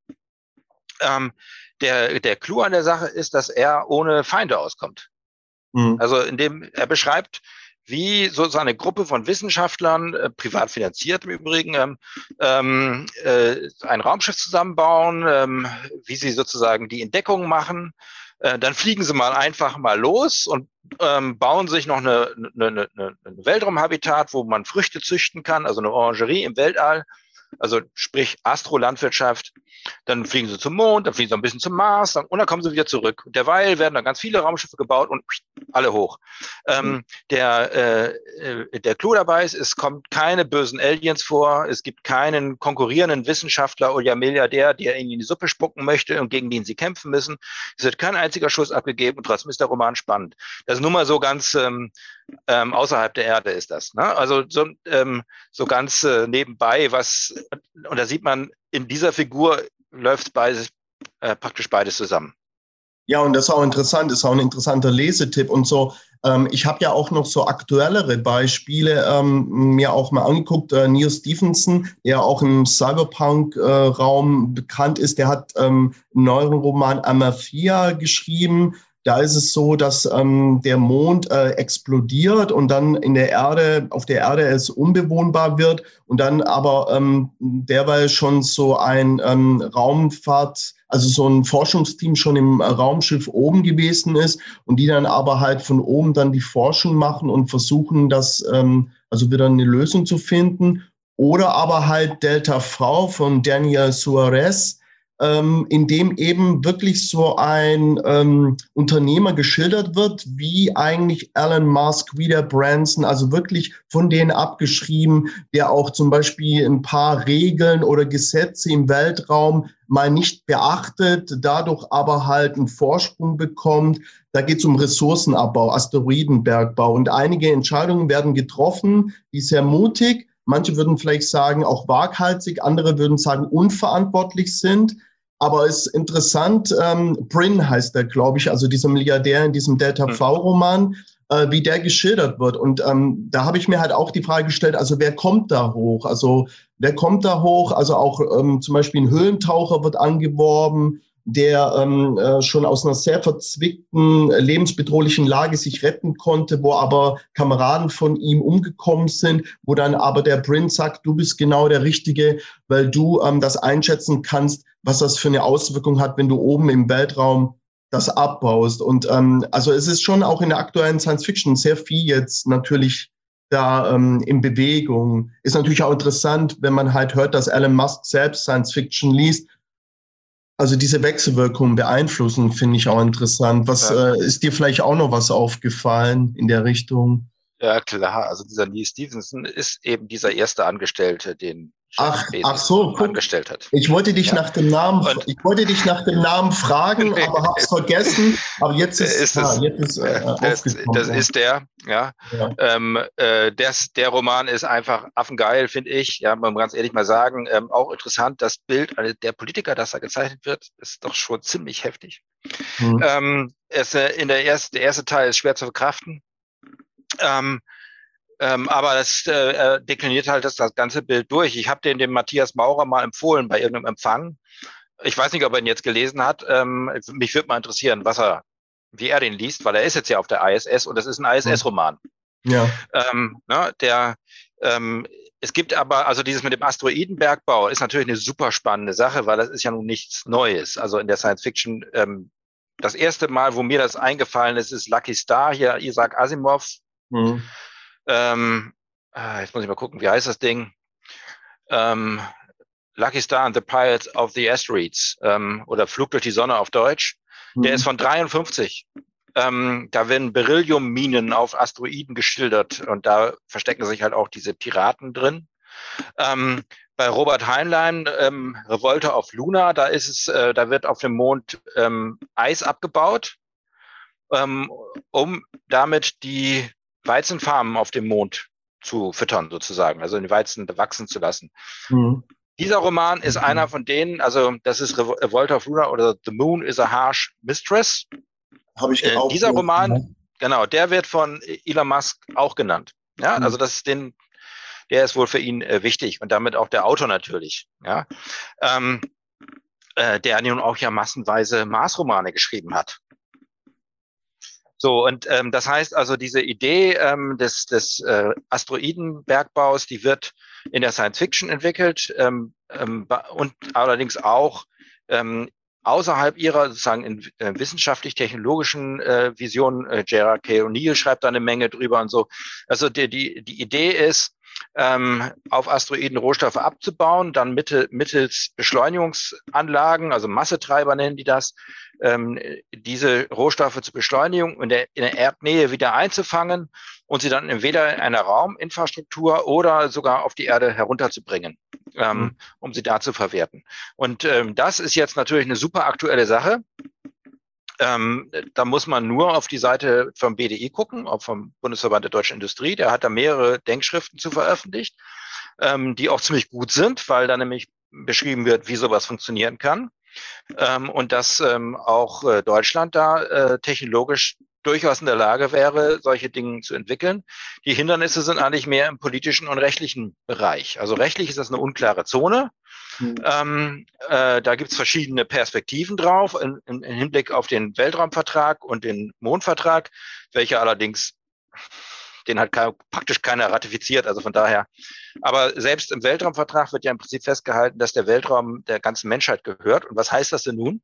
Der Clou an der Sache ist, dass er ohne Feinde auskommt. Also indem er beschreibt, wie so eine Gruppe von Wissenschaftlern, privat finanziert im Übrigen, ein Raumschiff zusammenbauen, wie sie sozusagen die Entdeckungen machen. Dann fliegen sie einfach mal los und bauen sich noch eine Weltraumhabitat, wo man Früchte züchten kann, also eine Orangerie im Weltall, also sprich Astrolandwirtschaft. Dann fliegen sie zum Mond, dann fliegen sie ein bisschen zum Mars und dann kommen sie wieder zurück. Und derweil werden dann ganz viele Raumschiffe gebaut und alle hoch. Der Clou dabei ist, es kommt keine bösen Aliens vor, es gibt keinen konkurrierenden Wissenschaftler oder Milliardär, der ihnen in die Suppe spucken möchte und gegen den sie kämpfen müssen. Es wird kein einziger Schuss abgegeben und trotzdem ist der Roman spannend. Das ist nun mal so ganz außerhalb der Erde ist das. Ne? Also so ganz nebenbei, und da sieht man, in dieser Figur läuft praktisch beides zusammen. Ja, und das ist auch interessant, ist auch ein interessanter Lesetipp und so. Ich habe ja auch noch so aktuellere Beispiele mir auch mal angeguckt. Neil Stephenson, der auch im Cyberpunk-Raum bekannt ist, der hat einen neueren Roman Amalthea geschrieben. Da ist es so, dass der Mond explodiert und dann auf der Erde es unbewohnbar wird und dann aber derweil schon so ein also so ein Forschungsteam schon im Raumschiff oben gewesen ist und die dann aber halt von oben dann die Forschung machen und versuchen, also wieder eine Lösung zu finden. Oder aber halt Delta V von Daniel Suarez, in dem eben wirklich so ein Unternehmer geschildert wird, wie eigentlich Elon Musk, wie der Branson, also wirklich von denen abgeschrieben, der auch zum Beispiel ein paar Regeln oder Gesetze im Weltraum mal nicht beachtet, dadurch aber halt einen Vorsprung bekommt. Da geht es um Ressourcenabbau, Asteroidenbergbau und einige Entscheidungen werden getroffen, die sehr mutig, manche würden vielleicht sagen auch waghalsig, andere würden sagen unverantwortlich sind. Aber es ist interessant, Brin heißt der, glaube ich, also dieser Milliardär in diesem Delta V-Roman, wie der geschildert wird. Und da habe ich mir halt auch die Frage gestellt, also wer kommt da hoch? Also wer kommt da hoch? Also auch zum Beispiel ein Höhlentaucher wird angeworben, der schon aus einer sehr verzwickten, lebensbedrohlichen Lage sich retten konnte, wo aber Kameraden von ihm umgekommen sind, wo dann aber der Brin sagt, du bist genau der Richtige, weil du das einschätzen kannst, was das für eine Auswirkung hat, wenn du oben im Weltraum das abbaust. Und also es ist schon auch in der aktuellen Science-Fiction sehr viel jetzt natürlich da in Bewegung. Ist natürlich auch interessant, wenn man halt hört, dass Elon Musk selbst Science-Fiction liest. Also diese Wechselwirkungen beeinflussen, finde ich auch interessant. Was ist dir vielleicht auch noch was aufgefallen in der Richtung? Ja, klar. Also dieser Lee Stevenson ist eben dieser erste Angestellte, den Jeff Bezos so, guck, angestellt hat. Ich wollte dich nach dem Namen fragen, aber hab's vergessen. Aber jetzt ist aufgekommen. Das ist der, ja. Der Roman ist einfach affengeil, finde ich. Ja, man muss ganz ehrlich mal sagen. Auch interessant, das Bild der Politiker, das da gezeichnet wird, ist doch schon ziemlich heftig. Der erste Teil ist schwer zu verkraften. Aber das dekliniert halt das ganze Bild durch. Ich habe dem Matthias Maurer mal empfohlen bei irgendeinem Empfang. Ich weiß nicht, ob er ihn jetzt gelesen hat. Mich würde mal interessieren, wie er den liest, weil er ist jetzt ja auf der ISS und das ist ein ISS-Roman. Ja. Es gibt aber, also dieses mit dem Asteroidenbergbau ist natürlich eine super spannende Sache, weil das ist ja nun nichts Neues. Also in der Science Fiction, das erste Mal, wo mir das eingefallen ist, ist Lucky Star, hier Isaac Asimov. Jetzt muss ich mal gucken, wie heißt das Ding? Lucky Star and the Pirates of the Asteroids oder Flug durch die Sonne auf Deutsch. Der ist von 53. Da werden Berylliumminen auf Asteroiden geschildert und da verstecken sich halt auch diese Piraten drin. Bei Robert Heinlein, Revolte auf Luna, da wird auf dem Mond Eis abgebaut, um damit die Weizenfarmen auf dem Mond zu füttern, sozusagen, also den Weizen wachsen zu lassen. Dieser Roman ist einer von denen, also das ist Revolte auf Luna oder The Moon is a Harsh Mistress. Habe ich auch dieser Roman, genau, der wird von Elon Musk auch genannt. Ja, also der ist wohl für ihn wichtig und damit auch der Autor natürlich. Ja, der nun auch ja massenweise Mars-Romane geschrieben hat. So, und das heißt also, diese Idee des Asteroidenbergbaus, die wird in der Science Fiction entwickelt und allerdings auch außerhalb ihrer sozusagen in wissenschaftlich-technologischen Visionen. Gerard K. O'Neill schreibt da eine Menge drüber und so. Also die Idee ist, auf Asteroiden Rohstoffe abzubauen, dann mittels Beschleunigungsanlagen, also Massetreiber nennen die das, diese Rohstoffe zur Beschleunigung in der Erdnähe wieder einzufangen und sie dann entweder in einer Rauminfrastruktur oder sogar auf die Erde herunterzubringen, um sie da zu verwerten. Und das ist jetzt natürlich eine super aktuelle Sache. Da muss man nur auf die Seite vom BDI gucken, auch vom Bundesverband der Deutschen Industrie. Der hat da mehrere Denkschriften zu veröffentlicht, die auch ziemlich gut sind, weil da nämlich beschrieben wird, wie sowas funktionieren kann. Und dass auch Deutschland da technologisch durchaus in der Lage wäre, solche Dinge zu entwickeln. Die Hindernisse sind eigentlich mehr im politischen und rechtlichen Bereich. Also rechtlich ist das eine unklare Zone. Da gibt es verschiedene Perspektiven drauf im Hinblick auf den Weltraumvertrag und den Mondvertrag, welcher allerdings, den hat praktisch keiner ratifiziert, also von daher. Aber selbst im Weltraumvertrag wird ja im Prinzip festgehalten, dass der Weltraum der ganzen Menschheit gehört. Und was heißt das denn nun?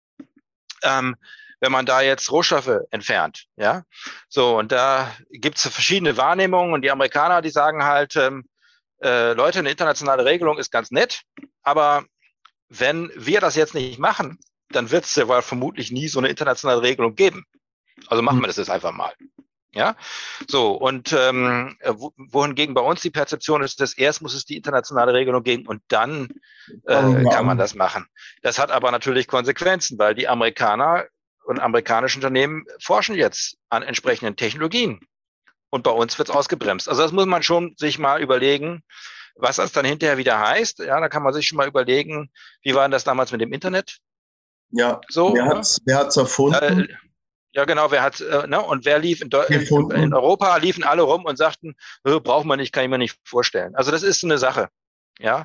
Wenn man da jetzt Rohstoffe entfernt, ja, so, und da gibt es verschiedene Wahrnehmungen und die Amerikaner, die sagen halt, Leute, eine internationale Regelung ist ganz nett, aber wenn wir das jetzt nicht machen, dann wird es ja vermutlich nie so eine internationale Regelung geben. Also machen wir das jetzt einfach mal. Ja, so, und wohingegen bei uns die Perzeption ist, dass erst muss es die internationale Regelung geben und dann kann man das machen. Das hat aber natürlich Konsequenzen, weil die Amerikaner und amerikanische Unternehmen forschen jetzt an entsprechenden Technologien. Und bei uns wird es ausgebremst. Also das muss man schon sich mal überlegen, was das dann hinterher wieder heißt. Ja, da kann man sich schon mal überlegen, wie war denn das damals mit dem Internet? Ja, so, wer hat's erfunden? Ja, genau, wer hat, und wer lief in Europa, liefen alle rum und sagten, braucht man nicht, kann ich mir nicht vorstellen. Also das ist so eine Sache, ja.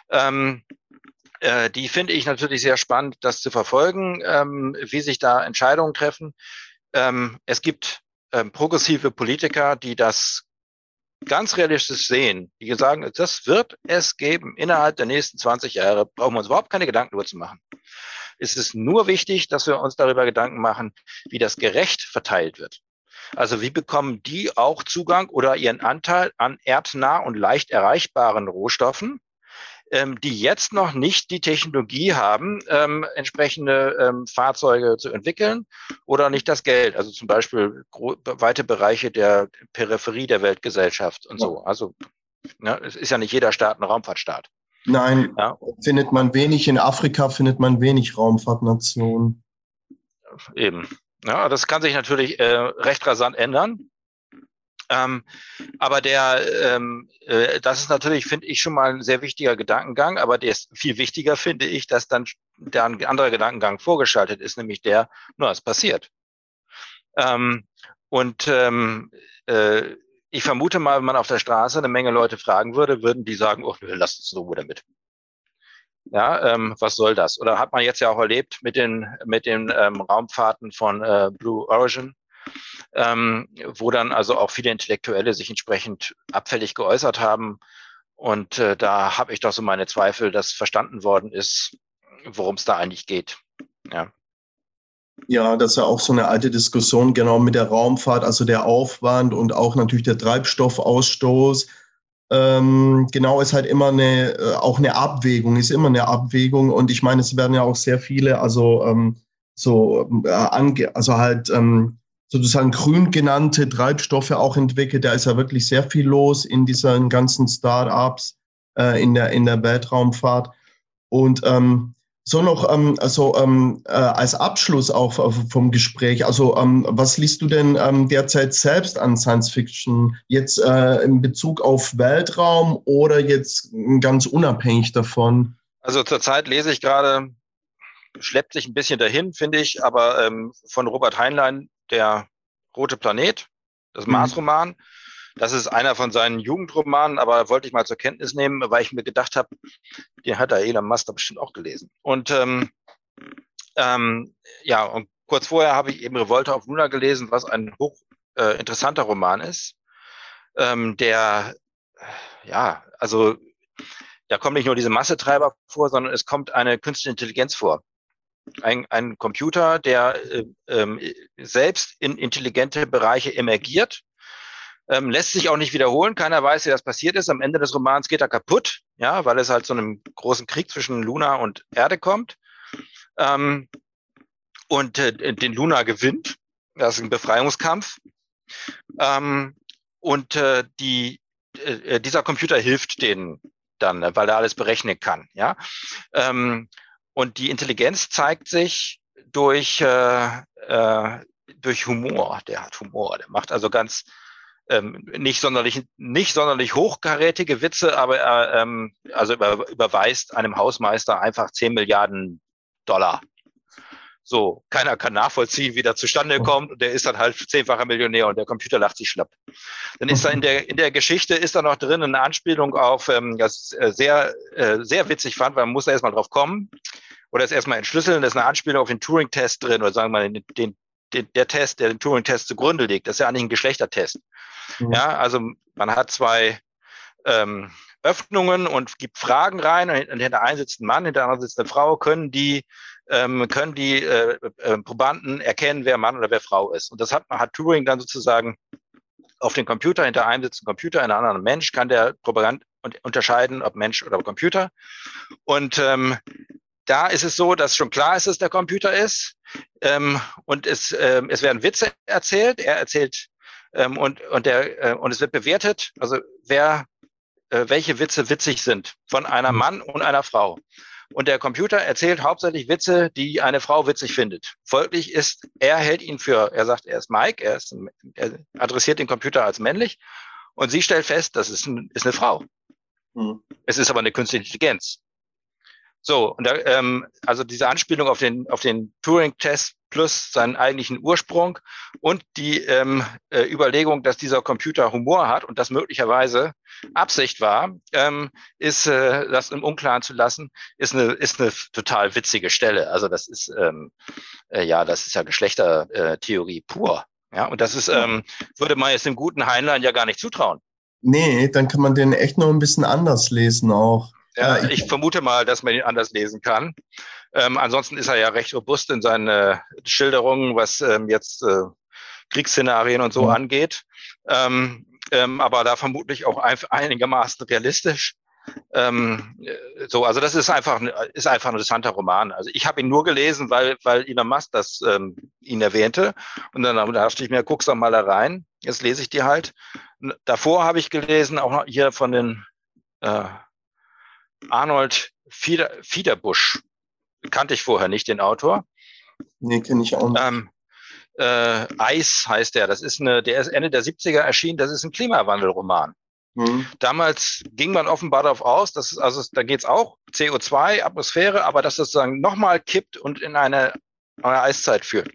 Die finde ich natürlich sehr spannend, das zu verfolgen, wie sich da Entscheidungen treffen. Es gibt progressive Politiker, die das ganz realistisch sehen, die sagen, das wird es geben. Innerhalb der nächsten 20 Jahre brauchen wir uns überhaupt keine Gedanken darüber zu machen. Es ist nur wichtig, dass wir uns darüber Gedanken machen, wie das gerecht verteilt wird. Also wie bekommen die auch Zugang oder ihren Anteil an erdnah und leicht erreichbaren Rohstoffen, die jetzt noch nicht die Technologie haben, entsprechende Fahrzeuge zu entwickeln oder nicht das Geld. Also zum Beispiel weite Bereiche der Peripherie der Weltgesellschaft und so. Also es ist ja nicht jeder Staat ein Raumfahrtstaat. Nein, ja. Findet man wenig. In Afrika findet man wenig Raumfahrtnationen. Eben. Ja, das kann sich natürlich recht rasant ändern. Aber das ist natürlich, finde ich, schon mal ein sehr wichtiger Gedankengang. Aber der ist viel wichtiger, finde ich, dass dann ein anderer Gedankengang vorgeschaltet ist, nämlich es passiert. Ich vermute mal, wenn man auf der Straße eine Menge Leute fragen würde, würden die sagen, oh, lasst uns so damit. Ja, was soll das? Oder hat man jetzt ja auch erlebt mit den Raumfahrten von Blue Origin, wo dann also auch viele Intellektuelle sich entsprechend abfällig geäußert haben. Und da habe ich doch so meine Zweifel, dass verstanden worden ist, worum es da eigentlich geht. Ja. Ja, das ist ja auch so eine alte Diskussion, genau mit der Raumfahrt, also der Aufwand und auch natürlich der Treibstoffausstoß. Genau, ist halt immer auch eine Abwägung, ist immer eine Abwägung. Und ich meine, es werden ja auch sehr viele, sozusagen grün genannte Treibstoffe auch entwickelt. Da ist ja wirklich sehr viel los in diesen ganzen Start-ups in der Weltraumfahrt. Und so noch als Abschluss auch vom Gespräch, was liest du denn derzeit selbst an Science Fiction, jetzt in Bezug auf Weltraum oder jetzt ganz unabhängig davon? Also zurzeit lese ich gerade, schleppt sich ein bisschen dahin, finde ich, aber von Robert Heinlein, Der rote Planet, das Mars-Roman. Das ist einer von seinen Jugendromanen, aber wollte ich mal zur Kenntnis nehmen, weil ich mir gedacht habe, den hat der Elon Musk bestimmt auch gelesen. Und und kurz vorher habe ich eben Revolte auf Luna gelesen, was ein hoch interessanter Roman ist. Da kommen nicht nur diese Massetreiber vor, sondern es kommt eine künstliche Intelligenz vor. Ein Computer, der selbst in intelligente Bereiche emergiert, lässt sich auch nicht wiederholen. Keiner weiß, wie das passiert ist. Am Ende des Romans geht er kaputt, ja, weil es halt zu einem großen Krieg zwischen Luna und Erde kommt. Den Luna gewinnt. Das ist ein Befreiungskampf. Dieser Computer hilft denen dann, weil er alles berechnen kann, ja. Und die Intelligenz zeigt sich durch Humor. Der hat Humor. Der macht also ganz nicht sonderlich hochkarätige Witze, aber er überweist einem Hausmeister einfach 10 Milliarden $. So, keiner kann nachvollziehen, wie das zustande kommt. Und der ist dann halt 10-facher Millionär und der Computer lacht sich schlapp. Dann ist da in der Geschichte ist da noch drin eine Anspielung auf, das sehr, sehr witzig fand, weil man muss da erstmal drauf kommen oder es erstmal entschlüsseln. Das ist eine Anspielung auf den Turing-Test drin oder sagen wir mal der Test, der den Turing-Test zugrunde liegt. Das ist ja eigentlich ein Geschlechtertest. Ja, also man hat 2 Öffnungen und gibt Fragen rein und hinter der einen sitzt ein Mann, hinter der anderen sitzt eine Frau, können die Probanden erkennen, wer Mann oder wer Frau ist. Und das hat Turing dann sozusagen auf den Computer, hinter einem sitzt ein Computer, hinter einem anderen Mensch, kann der Proband unterscheiden, ob Mensch oder Computer. Und da ist es so, dass schon klar ist, dass der Computer ist. Und es werden Witze erzählt. Er erzählt und es wird bewertet, also welche Witze witzig sind von einem Mann und einer Frau. Und der Computer erzählt hauptsächlich Witze, die eine Frau witzig findet. Folglich er sagt, er ist Mike, er adressiert den Computer als männlich und sie stellt fest, das ist eine Frau. Es ist aber eine künstliche Intelligenz. So, und also diese Anspielung auf den Turing-Test plus seinen eigentlichen Ursprung und die Überlegung, dass dieser Computer Humor hat und das möglicherweise Absicht war, ist das im Unklaren zu lassen, ist eine total witzige Stelle. Also das ist das ist ja Geschlechtertheorie pur. Ja, und das ist würde man jetzt dem guten Heinlein ja gar nicht zutrauen. Nee, dann kann man den echt noch ein bisschen anders lesen auch. Ja, ich vermute mal, dass man ihn anders lesen kann. Ansonsten ist er ja recht robust in seinen Schilderungen, was jetzt Kriegsszenarien und so angeht. Aber da vermutlich auch einigermaßen realistisch. Also das ist einfach ein interessanter Roman. Also ich habe ihn nur gelesen, weil Elon Musk ihn erwähnte. Und dann dachte ich mir, guck's doch mal da rein. Jetzt lese ich die halt. Davor habe ich gelesen, auch noch hier von den Arnold Fiederbusch. Kannte ich vorher nicht, den Autor. Nee, kenne ich auch nicht. Eis heißt der. Der ist Ende der 70er erschienen. Das ist ein Klimawandelroman. Damals ging man offenbar darauf aus, da geht es auch CO2, Atmosphäre, aber dass das sozusagen nochmal kippt und in eine Eiszeit führt.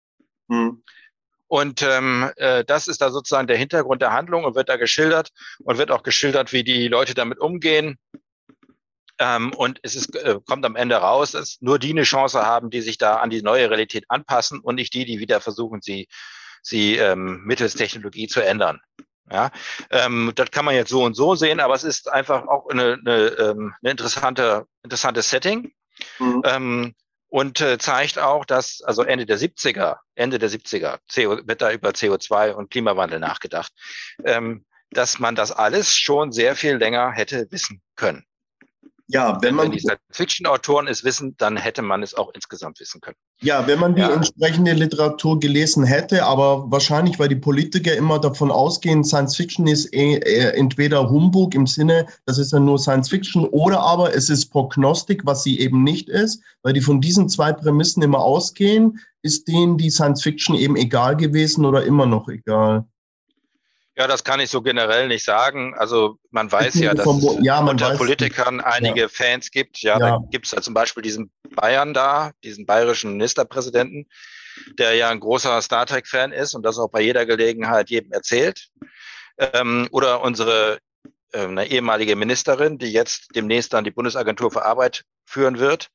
Und das ist da sozusagen der Hintergrund der Handlung und wird da geschildert und wird auch geschildert, wie die Leute damit umgehen. Und kommt am Ende raus, dass nur die eine Chance haben, die sich da an die neue Realität anpassen und nicht die wieder versuchen, sie mittels Technologie zu ändern. Ja, das kann man jetzt so und so sehen, aber es ist einfach auch eine interessantes Setting. Und zeigt auch, dass also Ende der 70er wird da über CO2 und Klimawandel nachgedacht, dass man das alles schon sehr viel länger hätte wissen können. Ja, wenn die Science-Fiction-Autoren es wissen, dann hätte man es auch insgesamt wissen können. Ja, wenn man die entsprechende Literatur gelesen hätte, aber wahrscheinlich, weil die Politiker immer davon ausgehen, Science-Fiction ist entweder Humbug im Sinne, das ist ja nur Science-Fiction, oder aber es ist Prognostik, was sie eben nicht ist, weil die von diesen zwei Prämissen immer ausgehen, ist denen die Science-Fiction eben egal gewesen oder immer noch egal. Ja, das kann ich so generell nicht sagen. Also man weiß ja, dass es unter Politikern einige Fans gibt. Ja, da gibt es ja zum Beispiel diesen bayerischen Ministerpräsidenten, der ja ein großer Star Trek-Fan ist und das auch bei jeder Gelegenheit jedem erzählt. Oder unsere eine ehemalige Ministerin, die jetzt demnächst dann die Bundesagentur für Arbeit führen wird,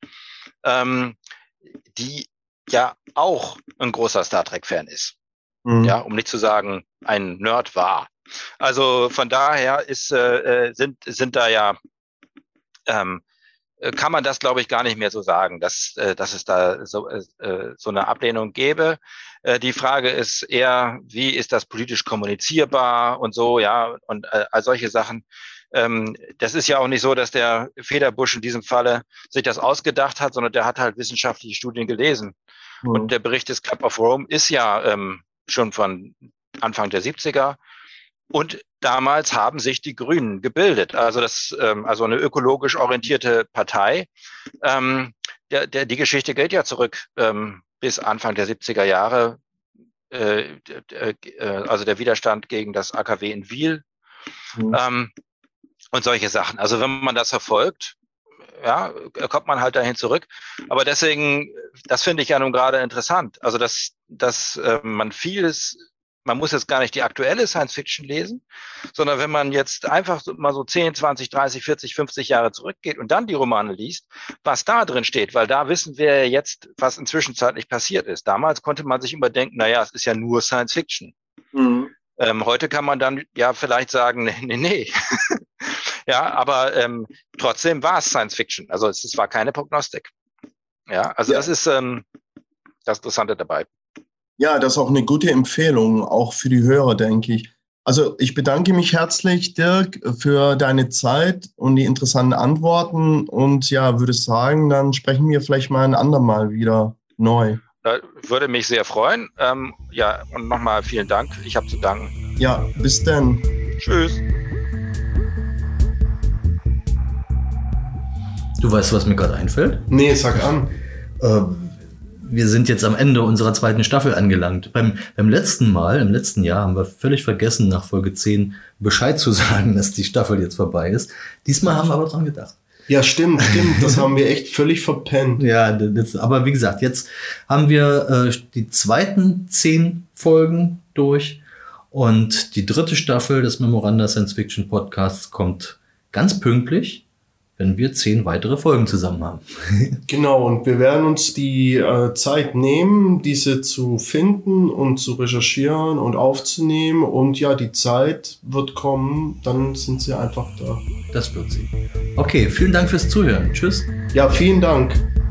die ja auch ein großer Star Trek-Fan ist. Ja, um nicht zu sagen, ein Nerd war. Also von daher sind da ja, kann man das, glaube ich, gar nicht mehr so sagen, dass es da so eine Ablehnung gäbe. Die Frage ist eher, wie ist das politisch kommunizierbar und so, ja, und all solche Sachen. Das ist ja auch nicht so, dass der Federbusch in diesem Falle sich das ausgedacht hat, sondern der hat halt wissenschaftliche Studien gelesen. Und der Bericht des Club of Rome ist ja schon von Anfang der 70er. Und damals haben sich die Grünen gebildet. Also also eine ökologisch orientierte Partei. Die Geschichte geht ja zurück bis Anfang der 70er Jahre. Also der Widerstand gegen das AKW in Wiel. Und solche Sachen. Also wenn man das verfolgt, ja, kommt man halt dahin zurück. Aber deswegen, das finde ich ja nun gerade interessant. Also, dass man muss jetzt gar nicht die aktuelle Science-Fiction lesen, sondern wenn man jetzt einfach mal so 10, 20, 30, 40, 50 Jahre zurückgeht und dann die Romane liest, was da drin steht, weil da wissen wir jetzt, was inzwischen zeitlich passiert ist. Damals konnte man sich immer denken, naja, es ist ja nur Science-Fiction. Heute kann man dann ja vielleicht sagen, nee. Ja, aber trotzdem war es Science Fiction. Also es war keine Prognostik. Ja, also das ist das Interessante dabei. Ja, das ist auch eine gute Empfehlung, auch für die Hörer, denke ich. Also ich bedanke mich herzlich, Dirk, für deine Zeit und die interessanten Antworten und ja, würde sagen, dann sprechen wir vielleicht mal ein andermal wieder neu. Würde mich sehr freuen. Ja, und nochmal vielen Dank. Ich habe zu danken. Ja, bis dann. Tschüss. Du weißt, was mir gerade einfällt? Nee, sag an. Wir sind jetzt am Ende unserer 2. Staffel angelangt. Beim letzten Mal, im letzten Jahr, haben wir völlig vergessen, nach Folge 10 Bescheid zu sagen, dass die Staffel jetzt vorbei ist. Diesmal haben wir aber dran gedacht. Ja, stimmt. Das haben wir echt völlig verpennt. Ja, aber wie gesagt, jetzt haben wir die zweiten 10 Folgen durch und die 3. Staffel des Memoranda Science Fiction Podcasts kommt ganz pünktlich, wenn wir 10 weitere Folgen zusammen haben. Genau, und wir werden uns die Zeit nehmen, diese zu finden und zu recherchieren und aufzunehmen. Und ja, die Zeit wird kommen, dann sind sie einfach da. Das wird sie. Okay, vielen Dank fürs Zuhören. Tschüss. Ja, vielen Dank.